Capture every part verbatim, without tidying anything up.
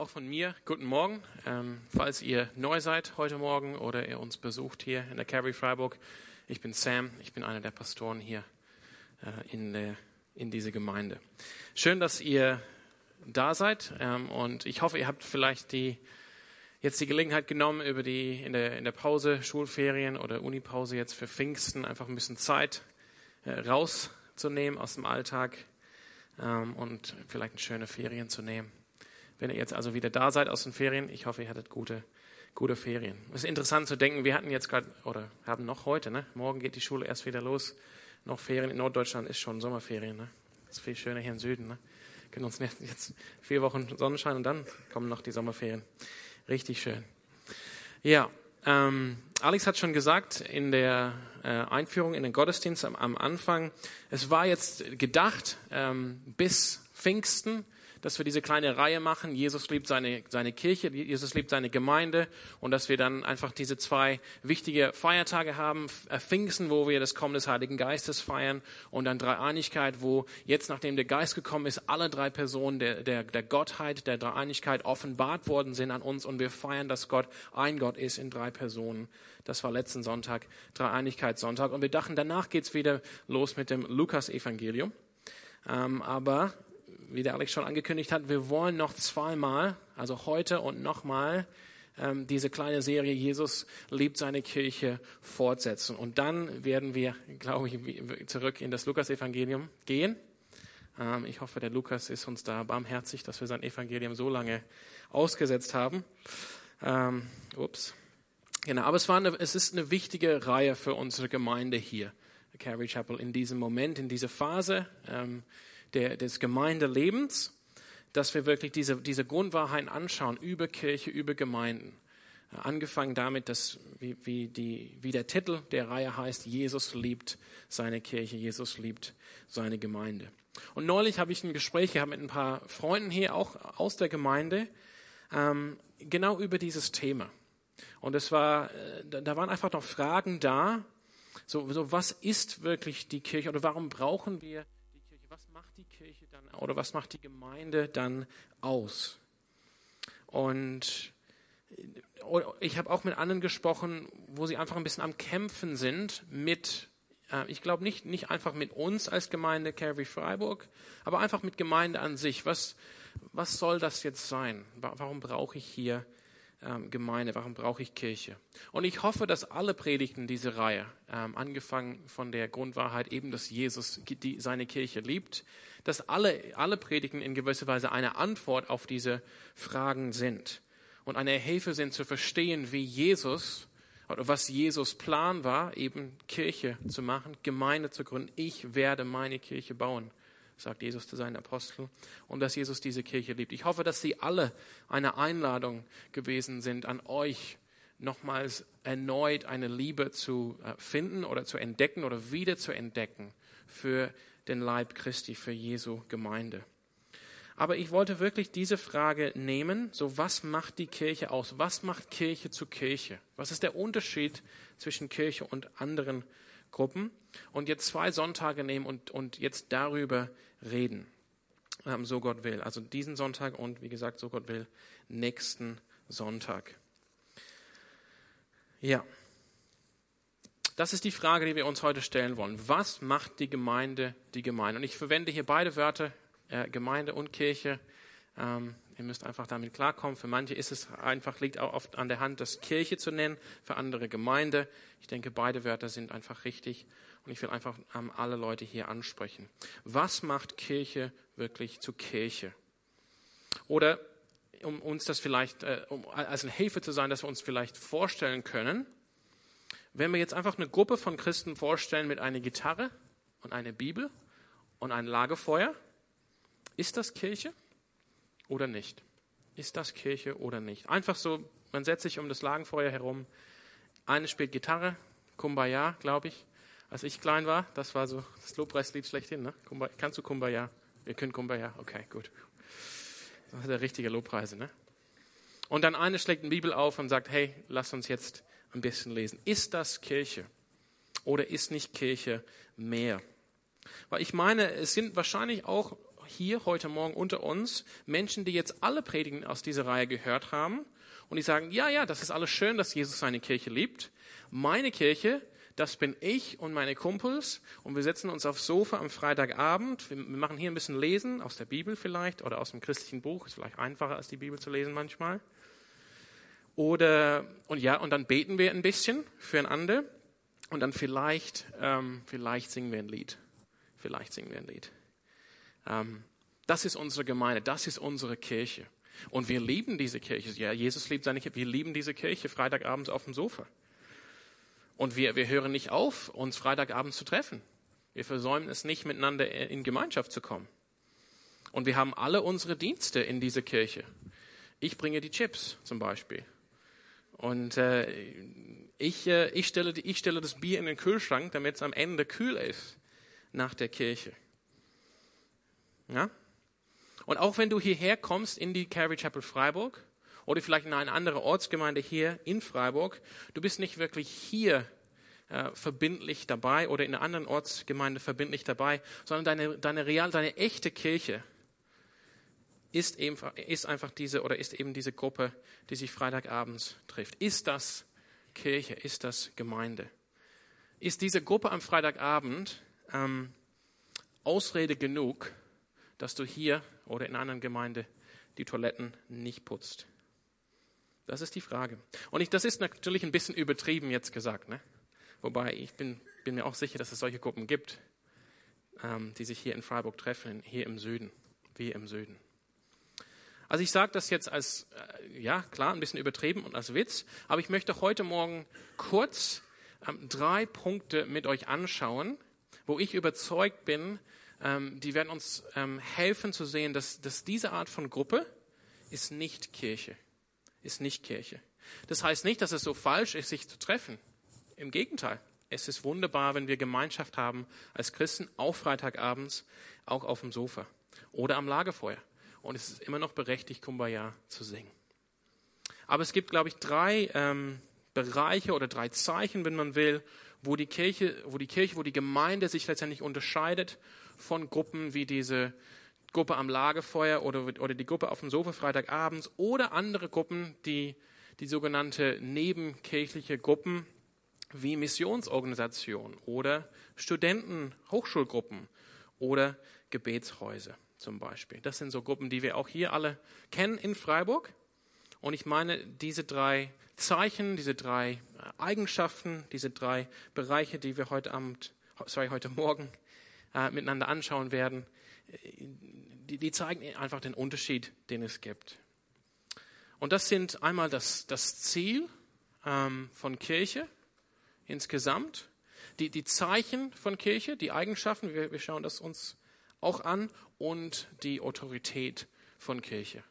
Auch von mir, guten Morgen. Ähm, falls ihr neu seid heute Morgen oder ihr uns besucht hier in der Calvary Freiburg, ich bin Sam, ich bin einer der Pastoren hier äh, in, der, in dieser Gemeinde. Schön, dass ihr da seid ähm, und ich hoffe, ihr habt vielleicht die, jetzt die Gelegenheit genommen, über die in der, in der Pause, Schulferien oder Unipause jetzt für Pfingsten einfach ein bisschen Zeit äh, rauszunehmen aus dem Alltag ähm, und vielleicht eine schöne Ferien zu nehmen. Wenn ihr jetzt also wieder da seid aus den Ferien, ich hoffe, ihr hattet gute, gute Ferien. Es ist interessant zu denken, wir hatten jetzt gerade, oder haben noch heute, ne? Morgen geht die Schule erst wieder los, noch Ferien. In Norddeutschland ist schon Sommerferien, ne? Das ist viel schöner hier im Süden, ne? Wir können uns jetzt vier Wochen Sonnenschein und dann kommen noch die Sommerferien. Richtig schön. Ja, ähm, Alex hat schon gesagt in der äh, Einführung in den Gottesdienst am, am Anfang, es war jetzt gedacht ähm, bis Pfingsten, dass wir diese kleine Reihe machen, Jesus liebt seine, seine Kirche, Jesus liebt seine Gemeinde und dass wir dann einfach diese zwei wichtige Feiertage haben, Pfingsten, wo wir das Kommen des Heiligen Geistes feiern und dann Dreieinigkeit, wo jetzt, nachdem der Geist gekommen ist, alle drei Personen der, der, der Gottheit, der Dreieinigkeit offenbart worden sind an uns und wir feiern, dass Gott ein Gott ist in drei Personen. Das war letzten Sonntag, Dreieinigkeitssonntag und wir dachten, danach geht's wieder los mit dem Lukas-Evangelium, ähm, aber wie der Alex schon angekündigt hat, wir wollen noch zweimal, also heute und nochmal, ähm, diese kleine Serie Jesus liebt seine Kirche fortsetzen. Und dann werden wir, glaube ich, zurück in das Lukas-Evangelium gehen. Ähm, ich hoffe, der Lukas ist uns da barmherzig, dass wir sein Evangelium so lange ausgesetzt haben. Ähm, ups. Genau, aber es, war eine, es ist eine wichtige Reihe für unsere Gemeinde hier, Calvary Chapel, in diesem Moment, in dieser Phase, ähm, Der, des Gemeindelebens, dass wir wirklich diese, diese Grundwahrheiten anschauen über Kirche, über Gemeinden. Angefangen damit, dass, wie, wie, die, wie der Titel der Reihe heißt, Jesus liebt seine Kirche, Jesus liebt seine Gemeinde. Und neulich habe ich ein Gespräch gehabt mit ein paar Freunden hier, auch aus der Gemeinde, ähm, genau über dieses Thema. Und es war, da waren einfach noch Fragen da, so, so was ist wirklich die Kirche oder warum brauchen wir Was macht die Kirche dann oder was macht die Gemeinde dann aus? Und ich habe auch mit anderen gesprochen, wo sie einfach ein bisschen am Kämpfen sind mit, äh, ich glaube nicht, nicht einfach mit uns als Gemeinde Calvary Freiburg, aber einfach mit Gemeinde an sich. Was, was soll das jetzt sein? Warum brauche ich hier Ähm, Gemeinde, warum brauche ich Kirche? Und ich hoffe, dass alle Predigten dieser Reihe, ähm, angefangen von der Grundwahrheit eben, dass Jesus die, seine Kirche liebt, dass alle, alle Predigten in gewisser Weise eine Antwort auf diese Fragen sind und eine Hilfe sind zu verstehen, wie Jesus oder was Jesus Plan war, eben Kirche zu machen, Gemeinde zu gründen. Ich werde meine Kirche bauen, sagt Jesus zu seinen Aposteln, und dass Jesus diese Kirche liebt. Ich hoffe, dass sie alle eine Einladung gewesen sind an euch, nochmals erneut eine Liebe zu finden oder zu entdecken oder wieder zu entdecken für den Leib Christi, für Jesu Gemeinde. Aber ich wollte wirklich diese Frage nehmen, so was macht die Kirche aus? Was macht Kirche zu Kirche? Was ist der Unterschied zwischen Kirche und anderen Gruppen? Und jetzt zwei Sonntage nehmen und, und jetzt darüber reden, ähm, so Gott will. Also diesen Sonntag und wie gesagt, so Gott will, nächsten Sonntag. Ja, das ist die Frage, die wir uns heute stellen wollen. Was macht die Gemeinde die Gemeinde? Und ich verwende hier beide Wörter, äh, Gemeinde und Kirche. Ähm, ihr müsst einfach damit klarkommen. Für manche ist es einfach, liegt auch oft an der Hand, das Kirche zu nennen, für andere Gemeinde. Ich denke, beide Wörter sind einfach richtig. Und ich will einfach ähm, alle Leute hier ansprechen. Was macht Kirche wirklich zu Kirche? Oder um uns das vielleicht, äh, um als eine Hilfe zu sein, dass wir uns vielleicht vorstellen können, wenn wir jetzt einfach eine Gruppe von Christen vorstellen mit einer Gitarre und einer Bibel und einem Lagerfeuer, ist das Kirche oder nicht? Ist das Kirche oder nicht? Einfach so, man setzt sich um das Lagerfeuer herum, eine spielt Gitarre, Kumbaya, glaube ich. Als ich klein war, das war so das Lobpreislied schlechthin, ne? Kumbaya. Kannst du Kumbaya? Wir können Kumbaya, okay, gut. Das ist der richtige Lobpreise, ne? Und dann eine schlägt eine Bibel auf und sagt, hey, lass uns jetzt ein bisschen lesen. Ist das Kirche oder ist nicht Kirche mehr? Weil ich meine, es sind wahrscheinlich auch hier heute Morgen unter uns Menschen, die jetzt alle Predigen aus dieser Reihe gehört haben und die sagen, ja, ja, das ist alles schön, dass Jesus seine Kirche liebt. Meine Kirche, das bin ich und meine Kumpels und wir setzen uns aufs Sofa am Freitagabend. Wir machen hier ein bisschen Lesen, aus der Bibel vielleicht oder aus dem christlichen Buch. Ist vielleicht einfacher, als die Bibel zu lesen manchmal. Oder, und ja, und dann beten wir ein bisschen füreinander und dann vielleicht, ähm, vielleicht singen wir ein Lied. Vielleicht singen wir ein Lied. Ähm, das ist unsere Gemeinde, das ist unsere Kirche. Und wir lieben diese Kirche. Ja, Jesus liebt seine Kirche. Wir lieben diese Kirche Freitagabends auf dem Sofa. Und wir, wir hören nicht auf, uns Freitagabend zu treffen. Wir versäumen es nicht, miteinander in Gemeinschaft zu kommen. Und wir haben alle unsere Dienste in dieser Kirche. Ich bringe die Chips zum Beispiel. Und äh, ich, äh, ich, stelle, ich stelle das Bier in den Kühlschrank, damit es am Ende kühl ist nach der Kirche. Ja? Und auch wenn du hierher kommst in die Calvary Chapel Freiburg, oder vielleicht in eine andere Ortsgemeinde hier in Freiburg. Du bist nicht wirklich hier äh, verbindlich dabei oder in einer anderen Ortsgemeinde verbindlich dabei, sondern deine, deine real, deine echte Kirche ist, eben, ist einfach diese oder ist eben diese Gruppe, die sich Freitagabends trifft. Ist das Kirche? Ist das Gemeinde? Ist diese Gruppe am Freitagabend ähm, Ausrede genug, dass du hier oder in einer anderen Gemeinde die Toiletten nicht putzt? Das ist die Frage. Und ich, das ist natürlich ein bisschen übertrieben jetzt gesagt, ne? Wobei ich bin, bin mir auch sicher, dass es solche Gruppen gibt, ähm, die sich hier in Freiburg treffen, hier im Süden, wie im Süden. Also ich sage das jetzt als, äh, ja klar, ein bisschen übertrieben und als Witz, aber ich möchte heute Morgen kurz ähm, drei Punkte mit euch anschauen, wo ich überzeugt bin, ähm, die werden uns ähm, helfen zu sehen, dass, dass diese Art von Gruppe ist nicht Kirche. ist nicht Kirche. Das heißt nicht, dass es so falsch ist, sich zu treffen. Im Gegenteil. Es ist wunderbar, wenn wir Gemeinschaft haben als Christen, auch Freitagabends, auch auf dem Sofa oder am Lagerfeuer. Und es ist immer noch berechtigt, Kumbaya zu singen. Aber es gibt, glaube ich, drei ähm, Bereiche oder drei Zeichen, wenn man will, wo die Kirche, wo die Kirche, wo die Gemeinde sich letztendlich unterscheidet von Gruppen wie diese Gruppe am Lagerfeuer oder, oder die Gruppe auf dem Sofa Freitagabends oder andere Gruppen, die, die sogenannte nebenkirchliche Gruppen wie Missionsorganisationen oder Studenten, Hochschulgruppen oder Gebetshäuser zum Beispiel. Das sind so Gruppen, die wir auch hier alle kennen in Freiburg. Und ich meine, diese drei Zeichen, diese drei Eigenschaften, diese drei Bereiche, die wir heute Abend, sorry, heute Morgen äh, miteinander anschauen werden, Die, die zeigen einfach den Unterschied, den es gibt. Und das sind einmal das, das Ziel ähm, von Kirche insgesamt, die, die Zeichen von Kirche, die Eigenschaften, wir, wir schauen das uns auch an, und die Autorität von Kirche.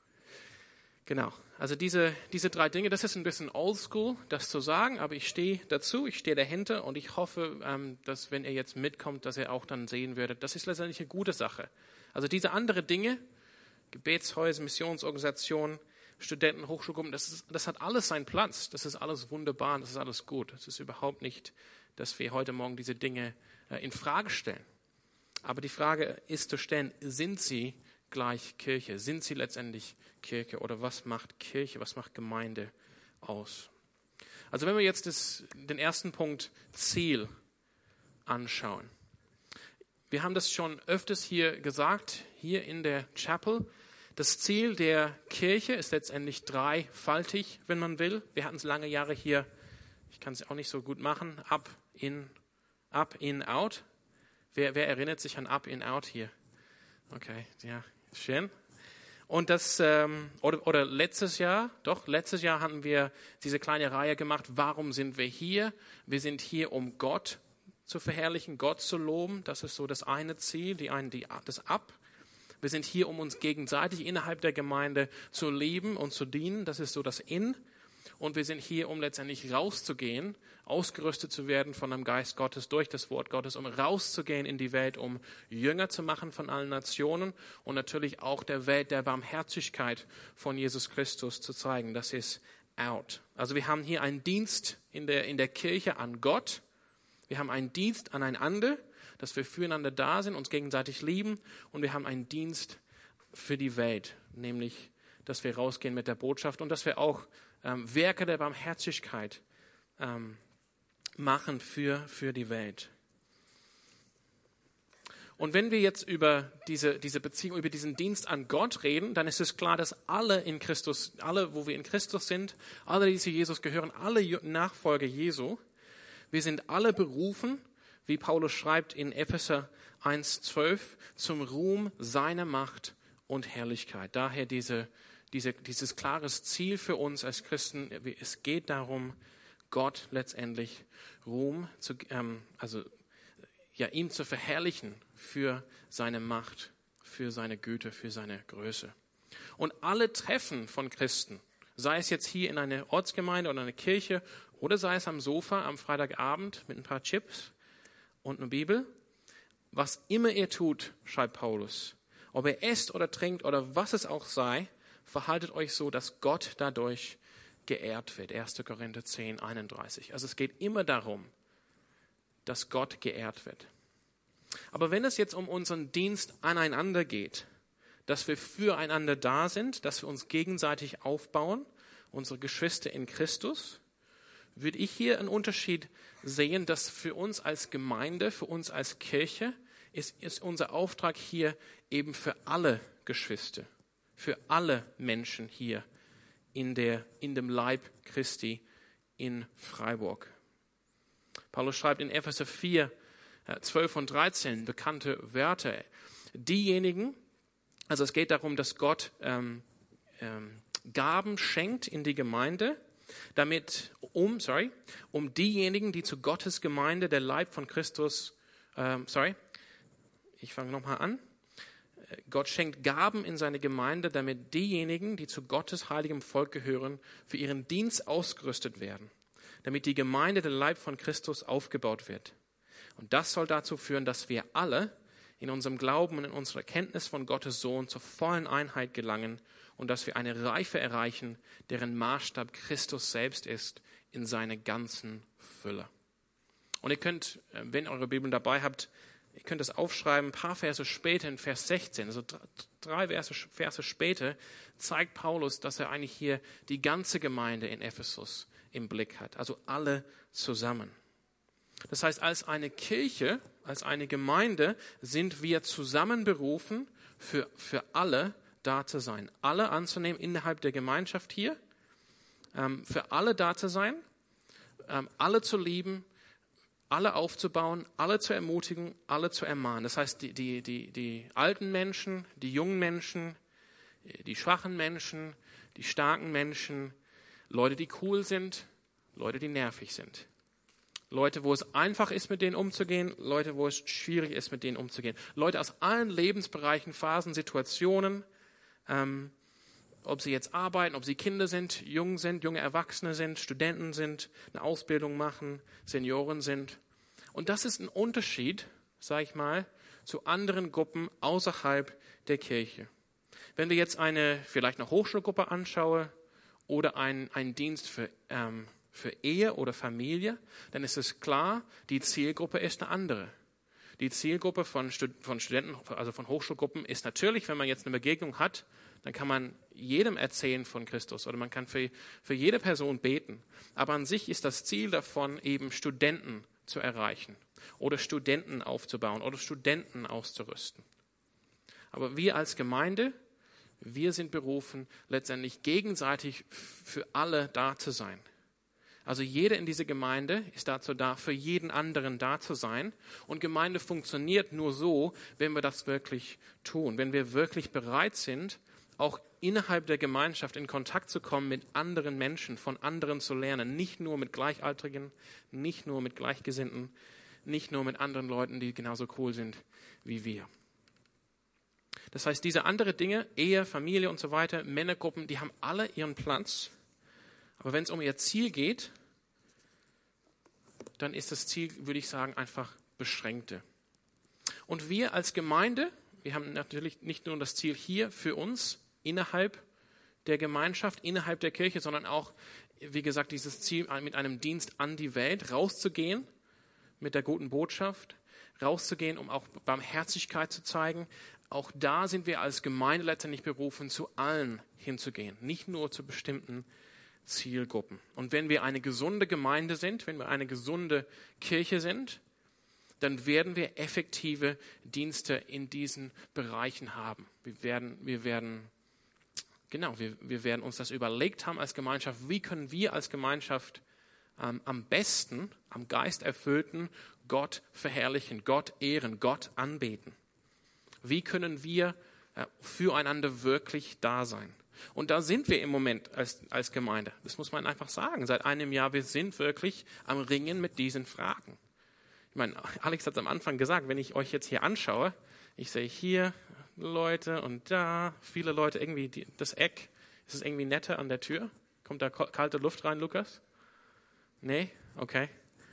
Genau, also diese, diese drei Dinge, das ist ein bisschen oldschool, das zu sagen, aber ich stehe dazu, ich stehe dahinter und ich hoffe, ähm, dass wenn ihr jetzt mitkommt, dass ihr auch dann sehen werdet, das ist letztendlich eine gute Sache. Also diese anderen Dinge, Gebetshäuser, Missionsorganisationen, Studenten, Hochschulgruppen, das, ist, das hat alles seinen Platz, das ist alles wunderbar, das ist alles gut. Es ist überhaupt nicht, dass wir heute Morgen diese Dinge äh, in Frage stellen. Aber die Frage ist zu stellen, sind sie gleich Kirche? Sind sie letztendlich Kirche? Oder was macht Kirche, was macht Gemeinde aus? Also wenn wir jetzt das, den ersten Punkt Ziel anschauen. Wir haben das schon öfters hier gesagt, hier in der Chapel. Das Ziel der Kirche ist letztendlich dreifaltig, wenn man will. Wir hatten es lange Jahre hier, ich kann es auch nicht so gut machen, up, in, up, in, out. Wer, wer erinnert sich an up, in, out hier? Okay, ja, schön. Und das, ähm, oder, oder letztes Jahr, doch, letztes Jahr hatten wir diese kleine Reihe gemacht, warum sind wir hier? Wir sind hier, um Gott zu verherrlichen, Gott zu loben. Das ist so das eine Ziel, die eine, die, das Ab. Wir sind hier, um uns gegenseitig innerhalb der Gemeinde zu lieben und zu dienen. Das ist so das In. Und wir sind hier, um letztendlich rauszugehen, ausgerüstet zu werden von dem Geist Gottes durch das Wort Gottes, um rauszugehen in die Welt, um Jünger zu machen von allen Nationen und natürlich auch der Welt der Barmherzigkeit von Jesus Christus zu zeigen. Das ist out. Also wir haben hier einen Dienst in der, in der Kirche an Gott. Wir haben einen Dienst aneinander. dass wir füreinander da sind, uns gegenseitig lieben und wir haben einen Dienst für die Welt, nämlich, dass wir rausgehen mit der Botschaft und dass wir auch ähm, Werke der Barmherzigkeit ähm, machen für, für die Welt. Und wenn wir jetzt über diese, diese Beziehung, über diesen Dienst an Gott reden, dann ist es klar, dass alle in Christus, alle, wo wir in Christus sind, alle, die zu Jesus gehören, alle Nachfolger Jesu, wir sind alle berufen, wie Paulus schreibt in Epheser eins zwölf, zum Ruhm seiner Macht und Herrlichkeit. Daher diese, diese, dieses klares Ziel für uns als Christen, es geht darum, Gott letztendlich Ruhm zu, ähm, also ja, ihm zu verherrlichen für seine Macht, für seine Güte, für seine Größe. Und alle Treffen von Christen, sei es jetzt hier in einer Ortsgemeinde oder einer Kirche oder sei es am Sofa am Freitagabend mit ein paar Chips und einer Bibel, was immer ihr tut, schreibt Paulus, ob ihr esst oder trinkt oder was es auch sei, verhaltet euch so, dass Gott dadurch geehrt wird. erster Korinther zehn einunddreißig. Also es geht immer darum, dass Gott geehrt wird. Aber wenn es jetzt um unseren Dienst aneinander geht, dass wir füreinander da sind, dass wir uns gegenseitig aufbauen, unsere Geschwister in Christus, würde ich hier einen Unterschied sehen, dass für uns als Gemeinde, für uns als Kirche, ist, ist unser Auftrag hier eben für alle Geschwister, für alle Menschen hier in, der, in dem Leib Christi in Freiburg. Paulus schreibt in Epheser vier, zwölf und dreizehn bekannte Wörter. Diejenigen, also es geht darum, dass Gott ähm, ähm, Gaben schenkt in die Gemeinde, damit um, sorry, um diejenigen, die zu Gottes Gemeinde, der Leib von Christus, ähm, sorry, ich fange nochmal an. Gott schenkt Gaben in seine Gemeinde, damit diejenigen, die zu Gottes heiligem Volk gehören, für ihren Dienst ausgerüstet werden, damit die Gemeinde, der Leib von Christus, aufgebaut wird. Und das soll dazu führen, dass wir alle in unserem Glauben und in unserer Kenntnis von Gottes Sohn zur vollen Einheit gelangen und dass wir eine Reife erreichen, deren Maßstab Christus selbst ist, in seiner ganzen Fülle. Und ihr könnt, wenn ihr eure Bibeln dabei habt, ihr könnt das aufschreiben, ein paar Verse später, in Vers sechzehn, also drei Verse, Verse später, zeigt Paulus, dass er eigentlich hier die ganze Gemeinde in Ephesus im Blick hat, also alle zusammen. Das heißt, als eine Kirche, als eine Gemeinde sind wir zusammen berufen, für, für alle da zu sein. Alle anzunehmen innerhalb der Gemeinschaft hier, ähm, für alle da zu sein, ähm, alle zu lieben, alle aufzubauen, alle zu ermutigen, alle zu ermahnen. Das heißt, die, die, die, die alten Menschen, die jungen Menschen, die schwachen Menschen, die starken Menschen, Leute, die cool sind, Leute, die nervig sind. Leute, wo es einfach ist, mit denen umzugehen, Leute, wo es schwierig ist, mit denen umzugehen. Leute aus allen Lebensbereichen, Phasen, Situationen, ähm, ob sie jetzt arbeiten, ob sie Kinder sind, jung sind, junge Erwachsene sind, Studenten sind, eine Ausbildung machen, Senioren sind. Und das ist ein Unterschied, sage ich mal, zu anderen Gruppen außerhalb der Kirche. Wenn wir jetzt eine, vielleicht eine Hochschulgruppe anschauen oder einen, einen Dienst für ähm, für Ehe oder Familie, dann ist es klar, die Zielgruppe ist eine andere. Die Zielgruppe von, Stud- von Studenten, also von Hochschulgruppen ist natürlich, wenn man jetzt eine Begegnung hat, dann kann man jedem erzählen von Christus oder man kann für, für jede Person beten. Aber an sich ist das Ziel davon, eben Studenten zu erreichen oder Studenten aufzubauen oder Studenten auszurüsten. Aber wir als Gemeinde, wir sind berufen, letztendlich gegenseitig für alle da zu sein. Also jeder in dieser Gemeinde ist dazu da, für jeden anderen da zu sein. Und Gemeinde funktioniert nur so, wenn wir das wirklich tun. Wenn wir wirklich bereit sind, auch innerhalb der Gemeinschaft in Kontakt zu kommen mit anderen Menschen, von anderen zu lernen. Nicht nur mit Gleichaltrigen, nicht nur mit Gleichgesinnten, nicht nur mit anderen Leuten, die genauso cool sind wie wir. Das heißt, diese anderen Dinge, Ehe, Familie und so weiter, Männergruppen, die haben alle ihren Platz. Aber wenn es um ihr Ziel geht, dann ist das Ziel, würde ich sagen, einfach beschränkte. Und wir als Gemeinde, wir haben natürlich nicht nur das Ziel hier für uns innerhalb der Gemeinschaft, innerhalb der Kirche, sondern auch, wie gesagt, dieses Ziel mit einem Dienst an die Welt, rauszugehen mit der guten Botschaft, rauszugehen, um auch Barmherzigkeit zu zeigen. Auch da sind wir als Gemeinde letztendlich berufen, zu allen hinzugehen, nicht nur zu bestimmten Zielgruppen. Und wenn wir eine gesunde Gemeinde sind, wenn wir eine gesunde Kirche sind, dann werden wir effektive Dienste in diesen Bereichen haben. Wir werden, wir werden, genau, wir, wir werden uns das überlegt haben als Gemeinschaft, wie können wir als Gemeinschaft ähm, am besten, am Geist erfüllten Gott verherrlichen, Gott ehren, Gott anbeten. Wie können wir äh, füreinander wirklich da sein? Und da sind wir im Moment als, als Gemeinde. Das muss man einfach sagen. Seit einem Jahr, wir sind wirklich am Ringen mit diesen Fragen. Ich meine, Alex hat es am Anfang gesagt, wenn ich euch jetzt hier anschaue, ich sehe hier Leute und da viele Leute, irgendwie die, das Eck, ist es irgendwie netter an der Tür? Kommt da kalte Luft rein, Lukas? Nee? Okay.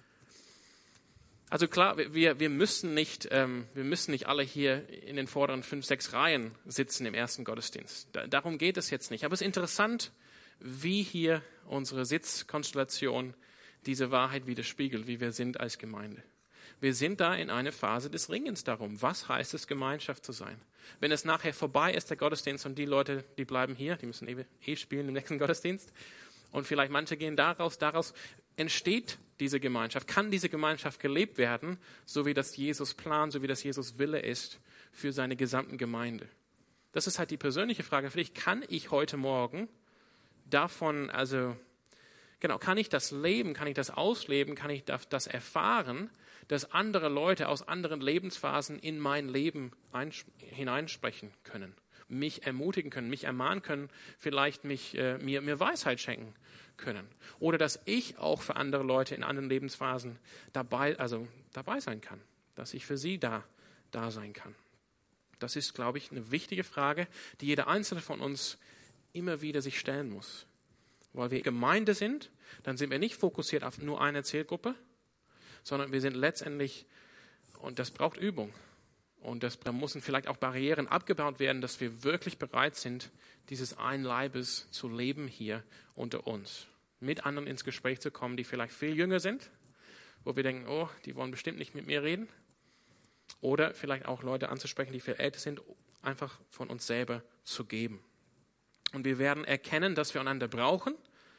Also klar, wir, wir, müssen nicht, ähm, wir müssen nicht alle hier in den vorderen fünf, sechs Reihen sitzen im ersten Gottesdienst. Da, darum geht es jetzt nicht. Aber es ist interessant, wie hier unsere Sitzkonstellation diese Wahrheit widerspiegelt, wie wir sind als Gemeinde. Wir sind da in einer Phase des Ringens darum. Was heißt es, Gemeinschaft zu sein? Wenn es nachher vorbei ist, der Gottesdienst, und die Leute, die bleiben hier, die müssen eh, eh spielen im nächsten Gottesdienst, und vielleicht manche gehen daraus, daraus entsteht diese Gemeinschaft, kann diese Gemeinschaft gelebt werden, so wie das Jesus Plan, so wie das Jesus Wille ist für seine gesamten Gemeinde. Das ist halt die persönliche Frage. Vielleicht kann ich heute Morgen davon, also genau, kann ich das leben, kann ich das ausleben, kann ich das erfahren, dass andere Leute aus anderen Lebensphasen in mein Leben hineinsprechen können, mich ermutigen können, mich ermahnen können, vielleicht mich, äh, mir, mir Weisheit schenken können. Oder dass ich auch für andere Leute in anderen Lebensphasen dabei, also dabei sein kann, dass ich für sie da, da sein kann. Das ist, glaube ich, eine wichtige Frage, die jeder Einzelne von uns immer wieder sich stellen muss. Weil wir Gemeinde sind, dann sind wir nicht fokussiert auf nur eine Zielgruppe, sondern wir sind letztendlich, und das braucht Übung, und das, da müssen vielleicht auch Barrieren abgebaut werden, dass wir wirklich bereit sind, dieses Einleibes zu leben hier unter uns. Mit anderen ins Gespräch zu kommen, die vielleicht viel jünger sind, wo wir denken, oh, die wollen bestimmt nicht mit mir reden. Oder vielleicht auch Leute anzusprechen, die viel älter sind, einfach von uns selber zu geben. Und wir werden erkennen, dass wir einander brauchen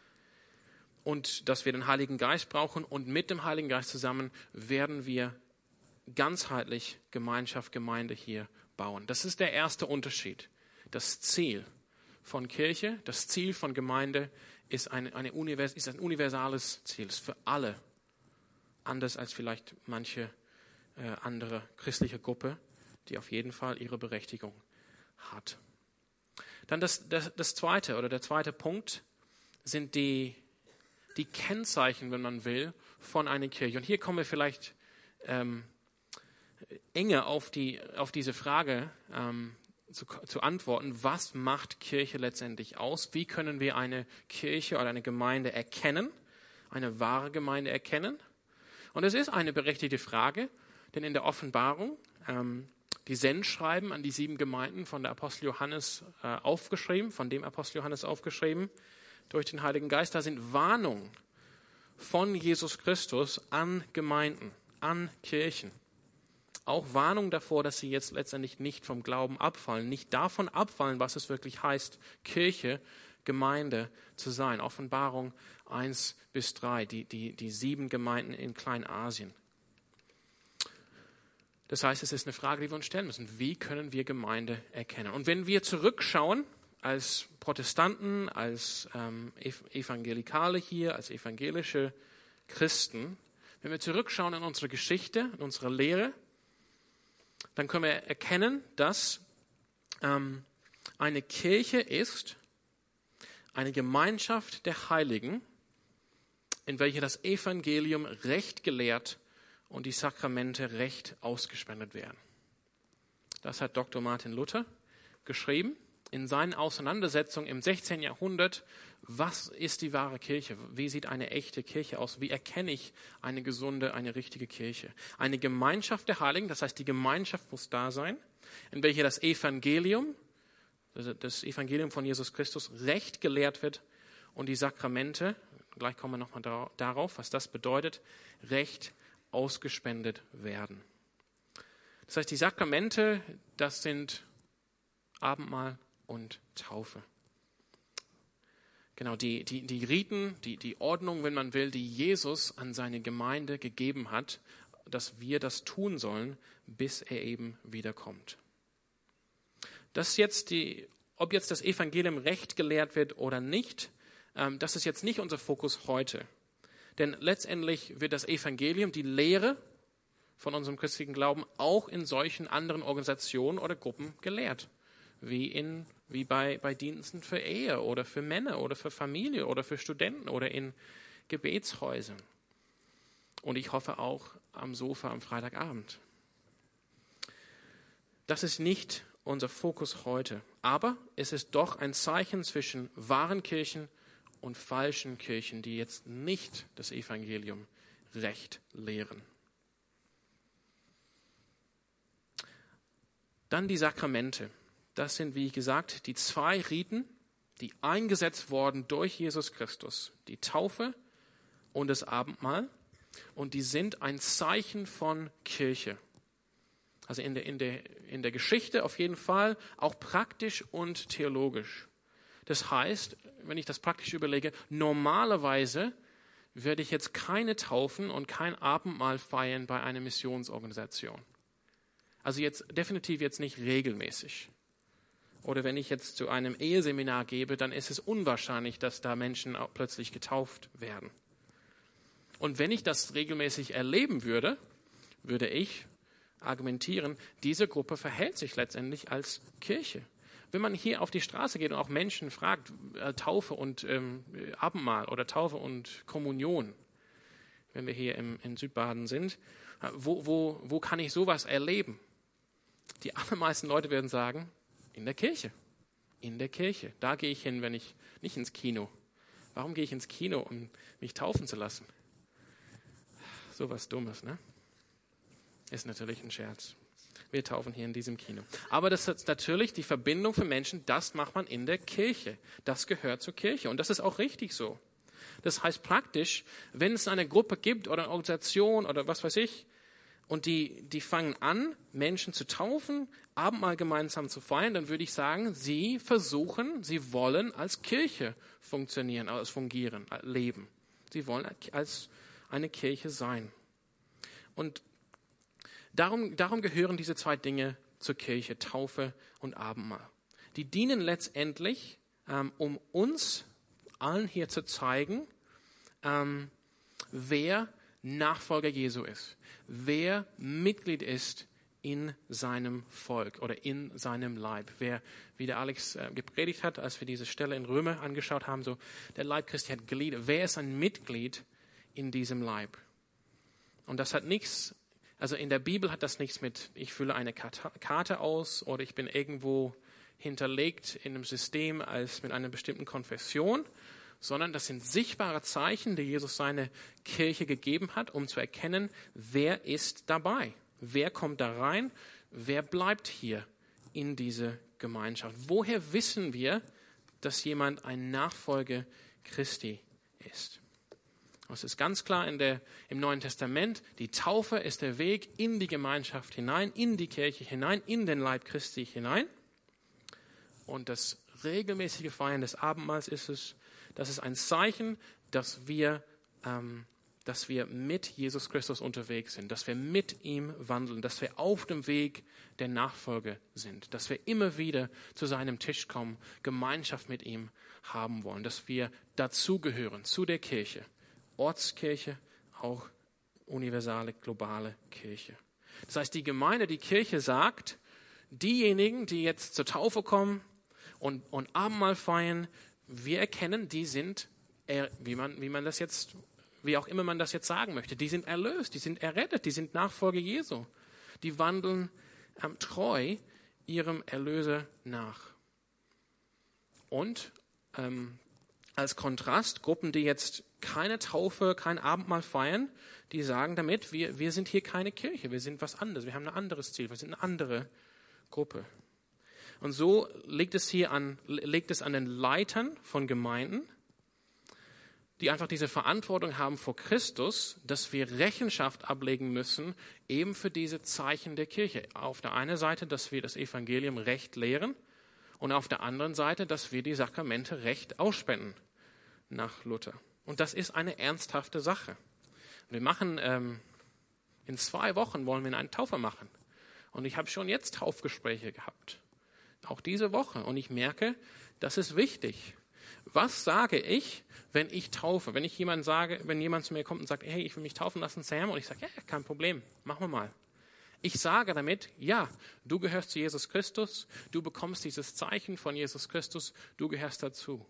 und dass wir den Heiligen Geist brauchen. Und mit dem Heiligen Geist zusammen werden wir ganzheitlich Gemeinschaft, Gemeinde hier bauen. Das ist der erste Unterschied. Das Ziel von Kirche, das Ziel von Gemeinde ist, eine, eine Univers- ist ein universales Ziel, ist für alle. Anders als vielleicht manche äh, andere christliche Gruppe, die auf jeden Fall ihre Berechtigung hat. Dann das, das, das zweite oder der zweite Punkt sind die, die Kennzeichen, wenn man will, von einer Kirche. Und hier kommen wir vielleicht ähm, enger auf, die, auf diese Frage ähm, zu, zu antworten. Was macht Kirche letztendlich aus? Wie können wir eine Kirche oder eine Gemeinde erkennen, eine wahre Gemeinde erkennen? Und es ist eine berechtigte Frage, denn in der Offenbarung, ähm, die Sendschreiben an die sieben Gemeinden von der Apostel Johannes äh, aufgeschrieben, von dem Apostel Johannes aufgeschrieben, durch den Heiligen Geist, da sind Warnungen von Jesus Christus an Gemeinden, an Kirchen. Auch Warnung davor, dass sie jetzt letztendlich nicht vom Glauben abfallen, nicht davon abfallen, was es wirklich heißt, Kirche, Gemeinde zu sein. Offenbarung eins bis drei, die, die, die sieben Gemeinden in Kleinasien. Das heißt, es ist eine Frage, die wir uns stellen müssen. Wie können wir Gemeinde erkennen? Und wenn wir zurückschauen, als Protestanten, als ähm, Evangelikale hier, als evangelische Christen, wenn wir zurückschauen in unsere Geschichte, in unsere Lehre, dann können wir erkennen, dass ähm, eine Kirche ist eine Gemeinschaft der Heiligen, in welcher das Evangelium recht gelehrt und die Sakramente recht ausgespendet werden. Das hat Doktor Martin Luther geschrieben in seinen Auseinandersetzungen im sechzehnten Jahrhundert. Was ist die wahre Kirche? Wie sieht eine echte Kirche aus? Wie erkenne ich eine gesunde, eine richtige Kirche? Eine Gemeinschaft der Heiligen, das heißt, die Gemeinschaft muss da sein, in welcher das Evangelium, das Evangelium von Jesus Christus, recht gelehrt wird und die Sakramente, gleich kommen wir nochmal darauf, was das bedeutet, recht ausgespendet werden. Das heißt, die Sakramente, das sind Abendmahl und Taufe. Genau, die, die, die Riten, die, die Ordnung, wenn man will, die Jesus an seine Gemeinde gegeben hat, dass wir das tun sollen, bis er eben wiederkommt. Das ist jetzt die, ob jetzt das Evangelium recht gelehrt wird oder nicht, ähm, das ist jetzt nicht unser Fokus heute. Denn letztendlich wird das Evangelium, die Lehre von unserem christlichen Glauben, auch in solchen anderen Organisationen oder Gruppen gelehrt. Wie, in, wie bei, bei Diensten für Ehe oder für Männer oder für Familie oder für Studenten oder in Gebetshäusern. Und ich hoffe auch am Sofa am Freitagabend. Das ist nicht unser Fokus heute. Aber es ist doch ein Zeichen zwischen wahren Kirchen und falschen Kirchen, die jetzt nicht das Evangelium recht lehren. Dann die Sakramente. Das sind, wie gesagt, die zwei Riten, die eingesetzt wurden durch Jesus Christus. Die Taufe und das Abendmahl. Und die sind ein Zeichen von Kirche. Also in der, in der, in der Geschichte auf jeden Fall, auch praktisch und theologisch. Das heißt, wenn ich das praktisch überlege, normalerweise werde ich jetzt keine Taufen und kein Abendmahl feiern bei einer Missionsorganisation. Also jetzt definitiv jetzt nicht regelmäßig. Oder wenn ich jetzt zu einem Eheseminar gebe, dann ist es unwahrscheinlich, dass da Menschen auch plötzlich getauft werden. Und wenn ich das regelmäßig erleben würde, würde ich argumentieren, diese Gruppe verhält sich letztendlich als Kirche. Wenn man hier auf die Straße geht und auch Menschen fragt, äh, Taufe und ähm, Abendmahl oder Taufe und Kommunion, wenn wir hier im, in Südbaden sind, äh, wo, wo, wo kann ich sowas erleben? Die allermeisten Leute werden sagen, in der Kirche. In der Kirche. Da gehe ich hin, wenn ich nicht ins Kino. Warum gehe ich ins Kino, um mich taufen zu lassen? So was Dummes, ne? Ist natürlich ein Scherz. Wir taufen hier in diesem Kino. Aber das ist natürlich die Verbindung für Menschen, das macht man in der Kirche. Das gehört zur Kirche und das ist auch richtig so. Das heißt praktisch, wenn es eine Gruppe gibt oder eine Organisation oder was weiß ich, und die, die fangen an, Menschen zu taufen, Abendmahl gemeinsam zu feiern, dann würde ich sagen, sie versuchen, sie wollen als Kirche funktionieren, als fungieren, als leben. Sie wollen als eine Kirche sein. Und darum, darum gehören diese zwei Dinge zur Kirche, Taufe und Abendmahl. Die dienen letztendlich, ähm, um uns allen hier zu zeigen, ähm, wer Nachfolger Jesu ist, wer Mitglied ist in seinem Volk oder in seinem Leib. Wer, wie der Alex äh, gepredigt hat, als wir diese Stelle in Römer angeschaut haben, so der Leib Christi hat Glieder. Wer ist ein Mitglied in diesem Leib? Und das hat nichts, also in der Bibel hat das nichts mit, ich fülle eine Karte aus oder ich bin irgendwo hinterlegt in einem System als mit einer bestimmten Konfession, sondern das sind sichtbare Zeichen, die Jesus seine Kirche gegeben hat, um zu erkennen, wer ist dabei, wer kommt da rein, wer bleibt hier in diese Gemeinschaft. Woher wissen wir, dass jemand ein Nachfolger Christi ist? Das ist ganz klar in der, im Neuen Testament. Die Taufe ist der Weg in die Gemeinschaft hinein, in die Kirche hinein, in den Leib Christi hinein. Und das regelmäßige Feiern des Abendmahls ist es, das ist ein Zeichen, dass wir, ähm, dass wir mit Jesus Christus unterwegs sind, dass wir mit ihm wandeln, dass wir auf dem Weg der Nachfolge sind, dass wir immer wieder zu seinem Tisch kommen, Gemeinschaft mit ihm haben wollen, dass wir dazugehören, zu der Kirche, Ortskirche, auch universale, globale Kirche. Das heißt, die Gemeinde, die Kirche sagt, diejenigen, die jetzt zur Taufe kommen und, und Abendmahl feiern, wir erkennen, die sind, wie man, wie man das jetzt, wie auch immer man das jetzt sagen möchte, die sind erlöst, die sind errettet, die sind Nachfolger Jesu. Die wandeln ähm, treu ihrem Erlöser nach. Und ähm, als Kontrast, Gruppen, die jetzt keine Taufe, kein Abendmahl feiern, die sagen damit, wir, wir sind hier keine Kirche, wir sind was anderes, wir haben ein anderes Ziel, wir sind eine andere Gruppe. Und so liegt es hier an, liegt es an den Leitern von Gemeinden, die einfach diese Verantwortung haben vor Christus, dass wir Rechenschaft ablegen müssen, eben für diese Zeichen der Kirche. Auf der einen Seite, dass wir das Evangelium recht lehren und auf der anderen Seite, dass wir die Sakramente recht ausspenden nach Luther. Und das ist eine ernsthafte Sache. Wir machen, ähm, in zwei Wochen wollen wir eine Taufe machen. Und ich habe schon jetzt Taufgespräche gehabt. Auch diese Woche. Und ich merke, das ist wichtig. Was sage ich, wenn ich taufe? Wenn ich jemand sage, wenn jemand zu mir kommt und sagt, hey, ich will mich taufen lassen, Sam, und ich sage, ja, kein Problem, machen wir mal. Ich sage damit, ja, du gehörst zu Jesus Christus, du bekommst dieses Zeichen von Jesus Christus, du gehörst dazu.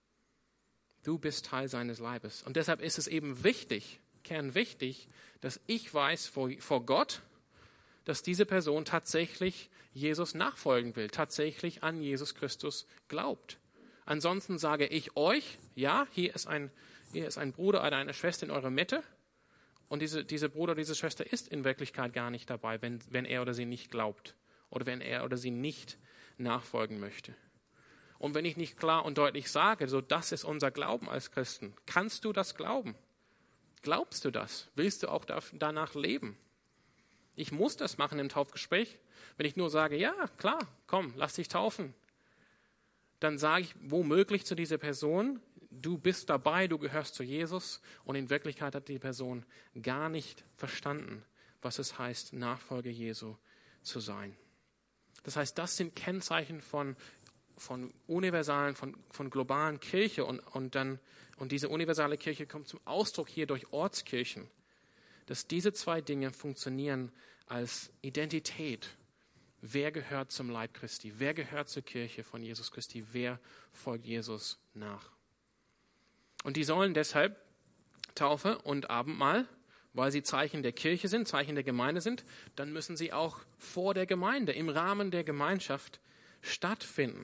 Du bist Teil seines Leibes. Und deshalb ist es eben wichtig, kernwichtig, dass ich weiß vor, vor Gott, dass diese Person tatsächlich Jesus nachfolgen will, tatsächlich an Jesus Christus glaubt. Ansonsten sage ich euch, ja, hier ist ein, hier ist ein Bruder oder eine Schwester in eurer Mitte und diese, diese Bruder, diese Schwester ist in Wirklichkeit gar nicht dabei, wenn, wenn er oder sie nicht glaubt oder wenn er oder sie nicht nachfolgen möchte. Und wenn ich nicht klar und deutlich sage, so das ist unser Glauben als Christen, kannst du das glauben? Glaubst du das? Willst du auch danach leben? Ich muss das machen im Taufgespräch. Wenn ich nur sage, ja, klar, komm, lass dich taufen, dann sage ich womöglich zu dieser Person, du bist dabei, du gehörst zu Jesus und in Wirklichkeit hat die Person gar nicht verstanden, was es heißt, Nachfolger Jesu zu sein. Das heißt, das sind Kennzeichen von, von universalen, von, von globalen Kirche und, und, dann, und diese universale Kirche kommt zum Ausdruck hier durch Ortskirchen, dass diese zwei Dinge funktionieren als Identität. Wer gehört zum Leib Christi? Wer gehört zur Kirche von Jesus Christi? Wer folgt Jesus nach? Und die sollen deshalb Taufe und Abendmahl, weil sie Zeichen der Kirche sind, Zeichen der Gemeinde sind, dann müssen sie auch vor der Gemeinde, im Rahmen der Gemeinschaft stattfinden.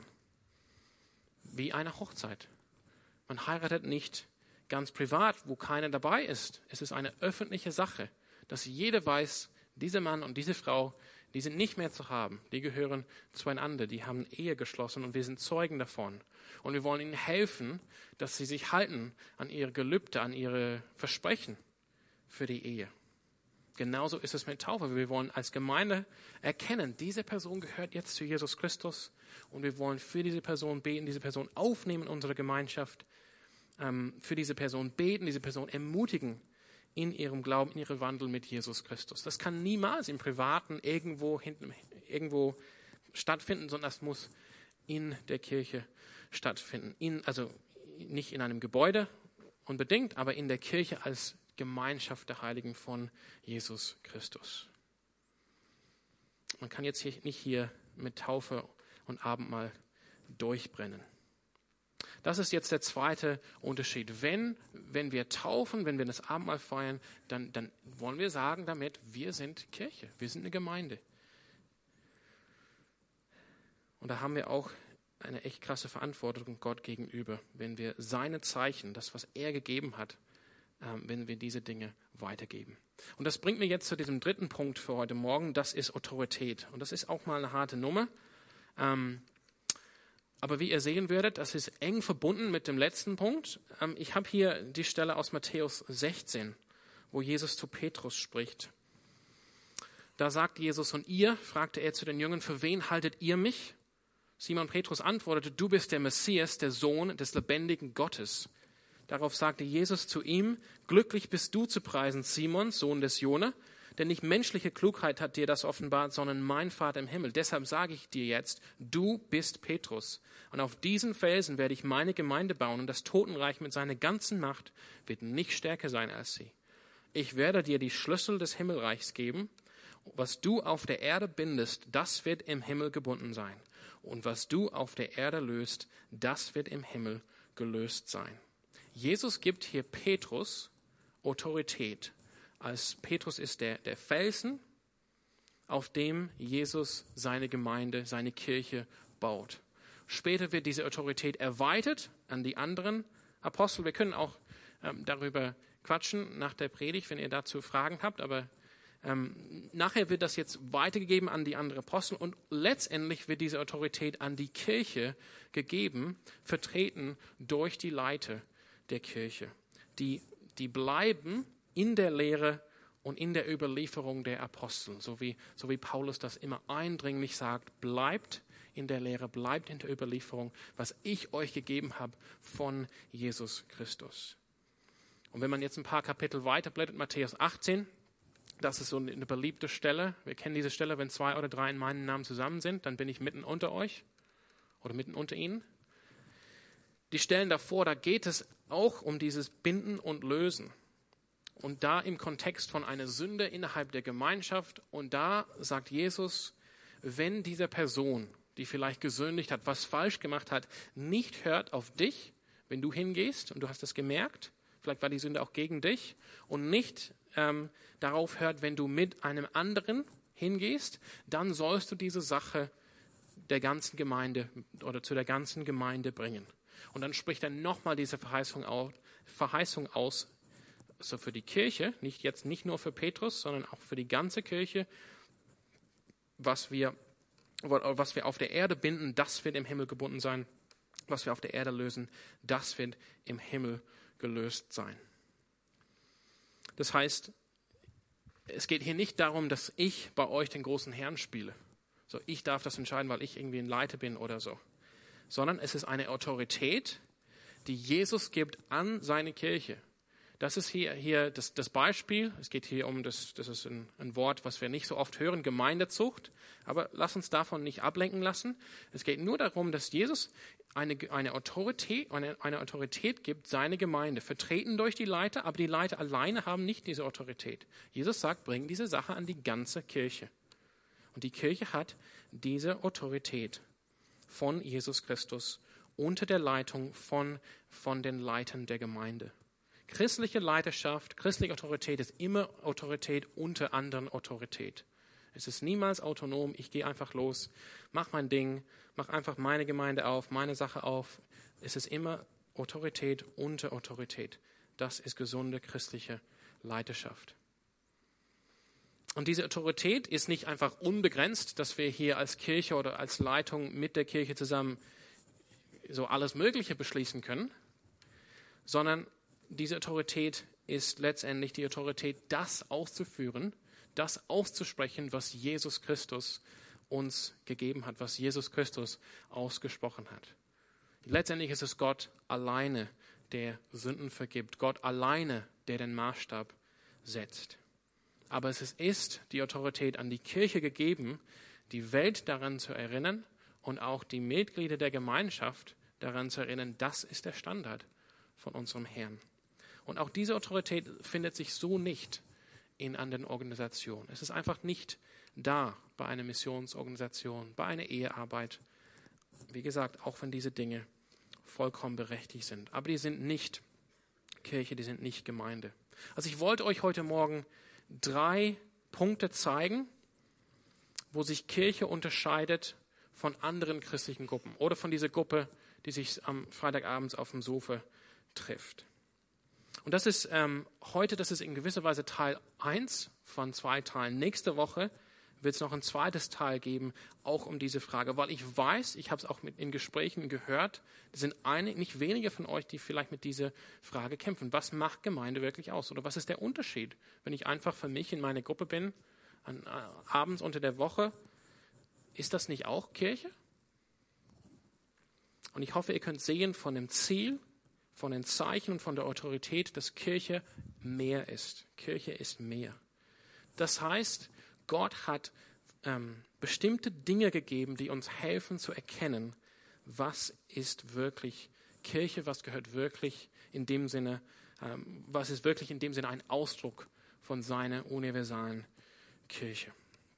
Wie eine Hochzeit. Man heiratet nicht ganz privat, wo keiner dabei ist. Es ist eine öffentliche Sache, dass jeder weiß, dieser Mann und diese Frau, die sind nicht mehr zu haben. Die gehören zueinander. Die haben Ehe geschlossen und wir sind Zeugen davon. Und wir wollen ihnen helfen, dass sie sich halten an ihre Gelübde, an ihre Versprechen für die Ehe. Genauso ist es mit Taufe. Wir wollen als Gemeinde erkennen, diese Person gehört jetzt zu Jesus Christus und wir wollen für diese Person beten, diese Person aufnehmen in unsere Gemeinschaft, ähm, für diese Person beten, diese Person ermutigen, in ihrem Glauben, in ihrem Wandel mit Jesus Christus. Das kann niemals im Privaten irgendwo, hinten, irgendwo stattfinden, sondern das muss in der Kirche stattfinden. In, also nicht in einem Gebäude unbedingt, aber in der Kirche als Gemeinschaft der Heiligen von Jesus Christus. Man kann jetzt hier, nicht hier mit Taufe und Abendmahl durchbrennen. Das ist jetzt der zweite Unterschied. Wenn, wenn wir taufen, wenn wir das Abendmahl feiern, dann, dann wollen wir sagen damit, wir sind Kirche, wir sind eine Gemeinde. Und da haben wir auch eine echt krasse Verantwortung Gott gegenüber, wenn wir seine Zeichen, das, was er gegeben hat, ähm, wenn wir diese Dinge weitergeben. Und das bringt mir jetzt zu diesem dritten Punkt für heute Morgen, das ist Autorität. Und das ist auch mal eine harte Nummer. Ähm, Aber wie ihr sehen werdet, das ist eng verbunden mit dem letzten Punkt. Ich habe hier die Stelle aus Matthäus sechzehn, wo Jesus zu Petrus spricht. Da sagt Jesus, und ihr, fragte er zu den Jüngern, für wen haltet ihr mich? Simon Petrus antwortete, du bist der Messias, der Sohn des lebendigen Gottes. Darauf sagte Jesus zu ihm, glücklich bist du zu preisen, Simon, Sohn des Jona, denn nicht menschliche Klugheit hat dir das offenbart, sondern mein Vater im Himmel. Deshalb sage ich dir jetzt, du bist Petrus. Und auf diesen Felsen werde ich meine Gemeinde bauen und das Totenreich mit seiner ganzen Macht wird nicht stärker sein als sie. Ich werde dir die Schlüssel des Himmelreichs geben. Was du auf der Erde bindest, das wird im Himmel gebunden sein. Und was du auf der Erde löst, das wird im Himmel gelöst sein. Jesus gibt hier Petrus Autorität. Als Petrus ist der, der Felsen, auf dem Jesus seine Gemeinde, seine Kirche baut. Später wird diese Autorität erweitert an die anderen Apostel. Wir können auch ähm, darüber quatschen nach der Predigt, wenn ihr dazu Fragen habt. Aber ähm, nachher wird das jetzt weitergegeben an die anderen Apostel und letztendlich wird diese Autorität an die Kirche gegeben, vertreten durch die Leiter der Kirche. die, die bleiben in der Lehre und in der Überlieferung der Apostel, so wie, so wie Paulus das immer eindringlich sagt, bleibt in der Lehre, bleibt in der Überlieferung, was ich euch gegeben habe von Jesus Christus. Und wenn man jetzt ein paar Kapitel weiterblättert, Matthäus achtzehn, das ist so eine beliebte Stelle. Wir kennen diese Stelle, wenn zwei oder drei in meinem Namen zusammen sind, dann bin ich mitten unter euch oder mitten unter ihnen. Die Stellen davor, da geht es auch um dieses Binden und Lösen. Und da im Kontext von einer Sünde innerhalb der Gemeinschaft. Und da sagt Jesus, wenn diese Person, die vielleicht gesündigt hat, was falsch gemacht hat, nicht hört auf dich, wenn du hingehst und du hast es gemerkt, vielleicht war die Sünde auch gegen dich, und nicht ähm, darauf hört, wenn du mit einem anderen hingehst, dann sollst du diese Sache der ganzen Gemeinde oder zu der ganzen Gemeinde bringen. Und dann spricht er nochmal diese Verheißung aus, Verheißung aus, so für die Kirche, nicht jetzt nicht nur für Petrus, sondern auch für die ganze Kirche, was wir, was wir auf der Erde binden, das wird im Himmel gebunden sein. Was wir auf der Erde lösen, das wird im Himmel gelöst sein. Das heißt, es geht hier nicht darum, dass ich bei euch den großen Herrn spiele. So, ich darf das entscheiden, weil ich irgendwie ein Leiter bin oder so. Sondern es ist eine Autorität, die Jesus gibt an seine Kirche. Das ist hier, hier das, das Beispiel. Es geht hier um, das, das ist ein, ein Wort, was wir nicht so oft hören, Gemeindezucht. Aber lass uns davon nicht ablenken lassen. Es geht nur darum, dass Jesus eine, eine, Autorität, eine, eine Autorität gibt, seine Gemeinde, vertreten durch die Leiter, aber die Leiter alleine haben nicht diese Autorität. Jesus sagt, bring diese Sache an die ganze Kirche. Und die Kirche hat diese Autorität von Jesus Christus unter der Leitung von, von den Leitern der Gemeinde. Christliche Leiterschaft, christliche Autorität ist immer Autorität unter anderen Autorität. Es ist niemals autonom, ich gehe einfach los, mach mein Ding, mach einfach meine Gemeinde auf, meine Sache auf. Es ist immer Autorität unter Autorität. Das ist gesunde christliche Leiterschaft. Und diese Autorität ist nicht einfach unbegrenzt, dass wir hier als Kirche oder als Leitung mit der Kirche zusammen so alles Mögliche beschließen können, sondern diese Autorität ist letztendlich die Autorität, das auszuführen, das auszusprechen, was Jesus Christus uns gegeben hat, was Jesus Christus ausgesprochen hat. Letztendlich ist es Gott alleine, der Sünden vergibt, Gott alleine, der den Maßstab setzt. Aber es ist die Autorität an die Kirche gegeben, die Welt daran zu erinnern und auch die Mitglieder der Gemeinschaft daran zu erinnern, das ist der Standard von unserem Herrn. Und auch diese Autorität findet sich so nicht in anderen Organisationen. Es ist einfach nicht da bei einer Missionsorganisation, bei einer Ehearbeit. Wie gesagt, auch wenn diese Dinge vollkommen berechtigt sind. Aber die sind nicht Kirche, die sind nicht Gemeinde. Also ich wollte euch heute Morgen drei Punkte zeigen, wo sich Kirche unterscheidet von anderen christlichen Gruppen oder von dieser Gruppe, die sich am Freitagabend auf dem Sofa trifft. Und das ist ähm, heute, das ist in gewisser Weise Teil eins von zwei Teilen. Nächste Woche wird es noch ein zweites Teil geben, auch um diese Frage. Weil ich weiß, ich habe es auch mit in Gesprächen gehört, es sind einige, nicht wenige von euch, die vielleicht mit dieser Frage kämpfen. Was macht Gemeinde wirklich aus? Oder was ist der Unterschied, wenn ich einfach für mich in meiner Gruppe bin, an, äh, abends unter der Woche? Ist das nicht auch Kirche? Und ich hoffe, ihr könnt sehen von dem Ziel, von den Zeichen und von der Autorität, dass Kirche mehr ist. Kirche ist mehr. Das heißt, Gott hat ähm, bestimmte Dinge gegeben, die uns helfen zu erkennen, was ist wirklich Kirche, was gehört wirklich in dem Sinne, ähm, was ist wirklich in dem Sinne ein Ausdruck von seiner universalen Kirche.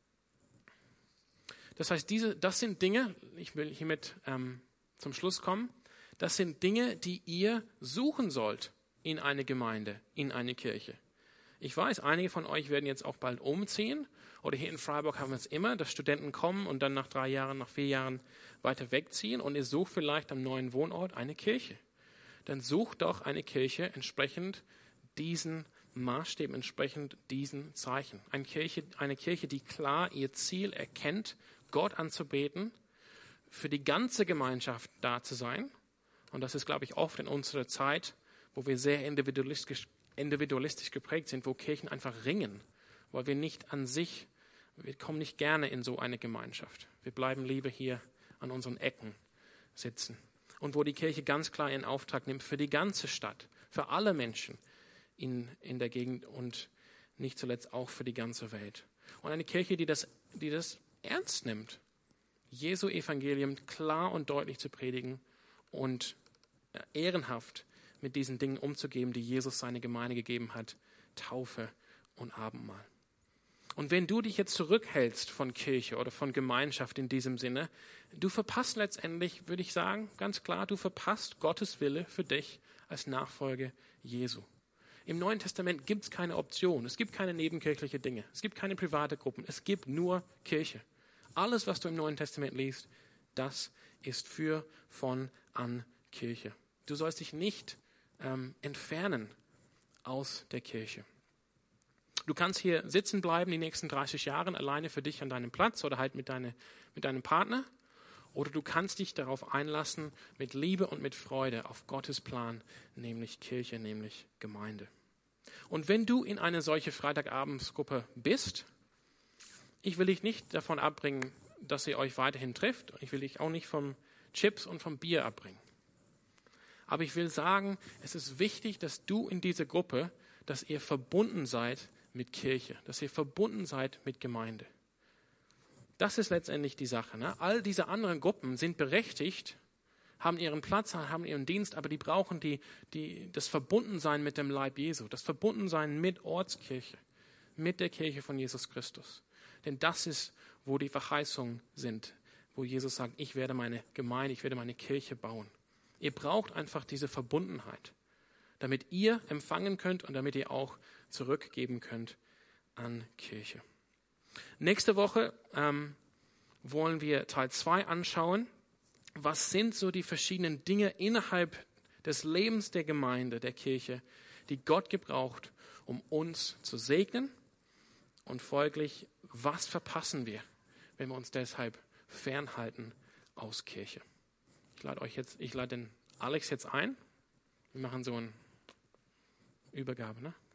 Das heißt, diese, das sind Dinge, ich will hiermit ähm, zum Schluss kommen, das sind Dinge, die ihr suchen sollt in eine Gemeinde, in eine Kirche. Ich weiß, einige von euch werden jetzt auch bald umziehen. Oder hier in Freiburg haben wir es immer, dass Studenten kommen und dann nach drei Jahren, nach vier Jahren weiter wegziehen. Und ihr sucht vielleicht am neuen Wohnort eine Kirche. Dann sucht doch eine Kirche entsprechend diesen Maßstäben, entsprechend diesen Zeichen. Eine Kirche, eine Kirche, die klar ihr Ziel erkennt, Gott anzubeten, für die ganze Gemeinschaft da zu sein. Und das ist, glaube ich, oft in unserer Zeit, wo wir sehr individualistisch, individualistisch geprägt sind, wo Kirchen einfach ringen, weil wir nicht an sich, wir kommen nicht gerne in so eine Gemeinschaft. Wir bleiben lieber hier an unseren Ecken sitzen. Und wo die Kirche ganz klar ihren Auftrag nimmt für die ganze Stadt, für alle Menschen in, in der Gegend und nicht zuletzt auch für die ganze Welt. Und eine Kirche, die das, die das ernst nimmt, Jesu Evangelium klar und deutlich zu predigen und ehrenhaft mit diesen Dingen umzugehen, die Jesus seine Gemeinde gegeben hat, Taufe und Abendmahl. Und wenn du dich jetzt zurückhältst von Kirche oder von Gemeinschaft in diesem Sinne, du verpasst letztendlich, würde ich sagen, ganz klar, du verpasst Gottes Wille für dich als Nachfolger Jesu. Im Neuen Testament gibt es keine Option, es gibt keine nebenkirchliche Dinge, es gibt keine private Gruppen, es gibt nur Kirche. Alles, was du im Neuen Testament liest, das ist für, von, an Kirche. Du sollst dich nicht ähm, entfernen aus der Kirche. Du kannst hier sitzen bleiben die nächsten dreißig Jahre alleine für dich an deinem Platz oder halt mit, deine, mit deinem Partner. Oder du kannst dich darauf einlassen, mit Liebe und mit Freude auf Gottes Plan, nämlich Kirche, nämlich Gemeinde. Und wenn du in eine solche Freitagabendsgruppe bist, ich will dich nicht davon abbringen, dass ihr euch weiterhin trifft. Ich will dich auch nicht vom Chips und vom Bier abbringen. Aber ich will sagen, es ist wichtig, dass du in dieser Gruppe, dass ihr verbunden seid mit Kirche, dass ihr verbunden seid mit Gemeinde. Das ist letztendlich die Sache. Ne? All diese anderen Gruppen sind berechtigt, haben ihren Platz, haben ihren Dienst, aber die brauchen die, die, das Verbundensein mit dem Leib Jesu, das Verbundensein mit Ortskirche, mit der Kirche von Jesus Christus. Denn das ist, wo die Verheißungen sind, wo Jesus sagt, ich werde meine Gemeinde, ich werde meine Kirche bauen. Ihr braucht einfach diese Verbundenheit, damit ihr empfangen könnt und damit ihr auch zurückgeben könnt an Kirche. Nächste Woche ähm, wollen wir Teil zwei anschauen. Was sind so die verschiedenen Dinge innerhalb des Lebens der Gemeinde, der Kirche, die Gott gebraucht, um uns zu segnen? Und folglich, was verpassen wir, wenn wir uns deshalb fernhalten aus Kirche? Ich lade euch jetzt, ich lade den Alex jetzt ein. Wir machen so eine Übergabe, ne?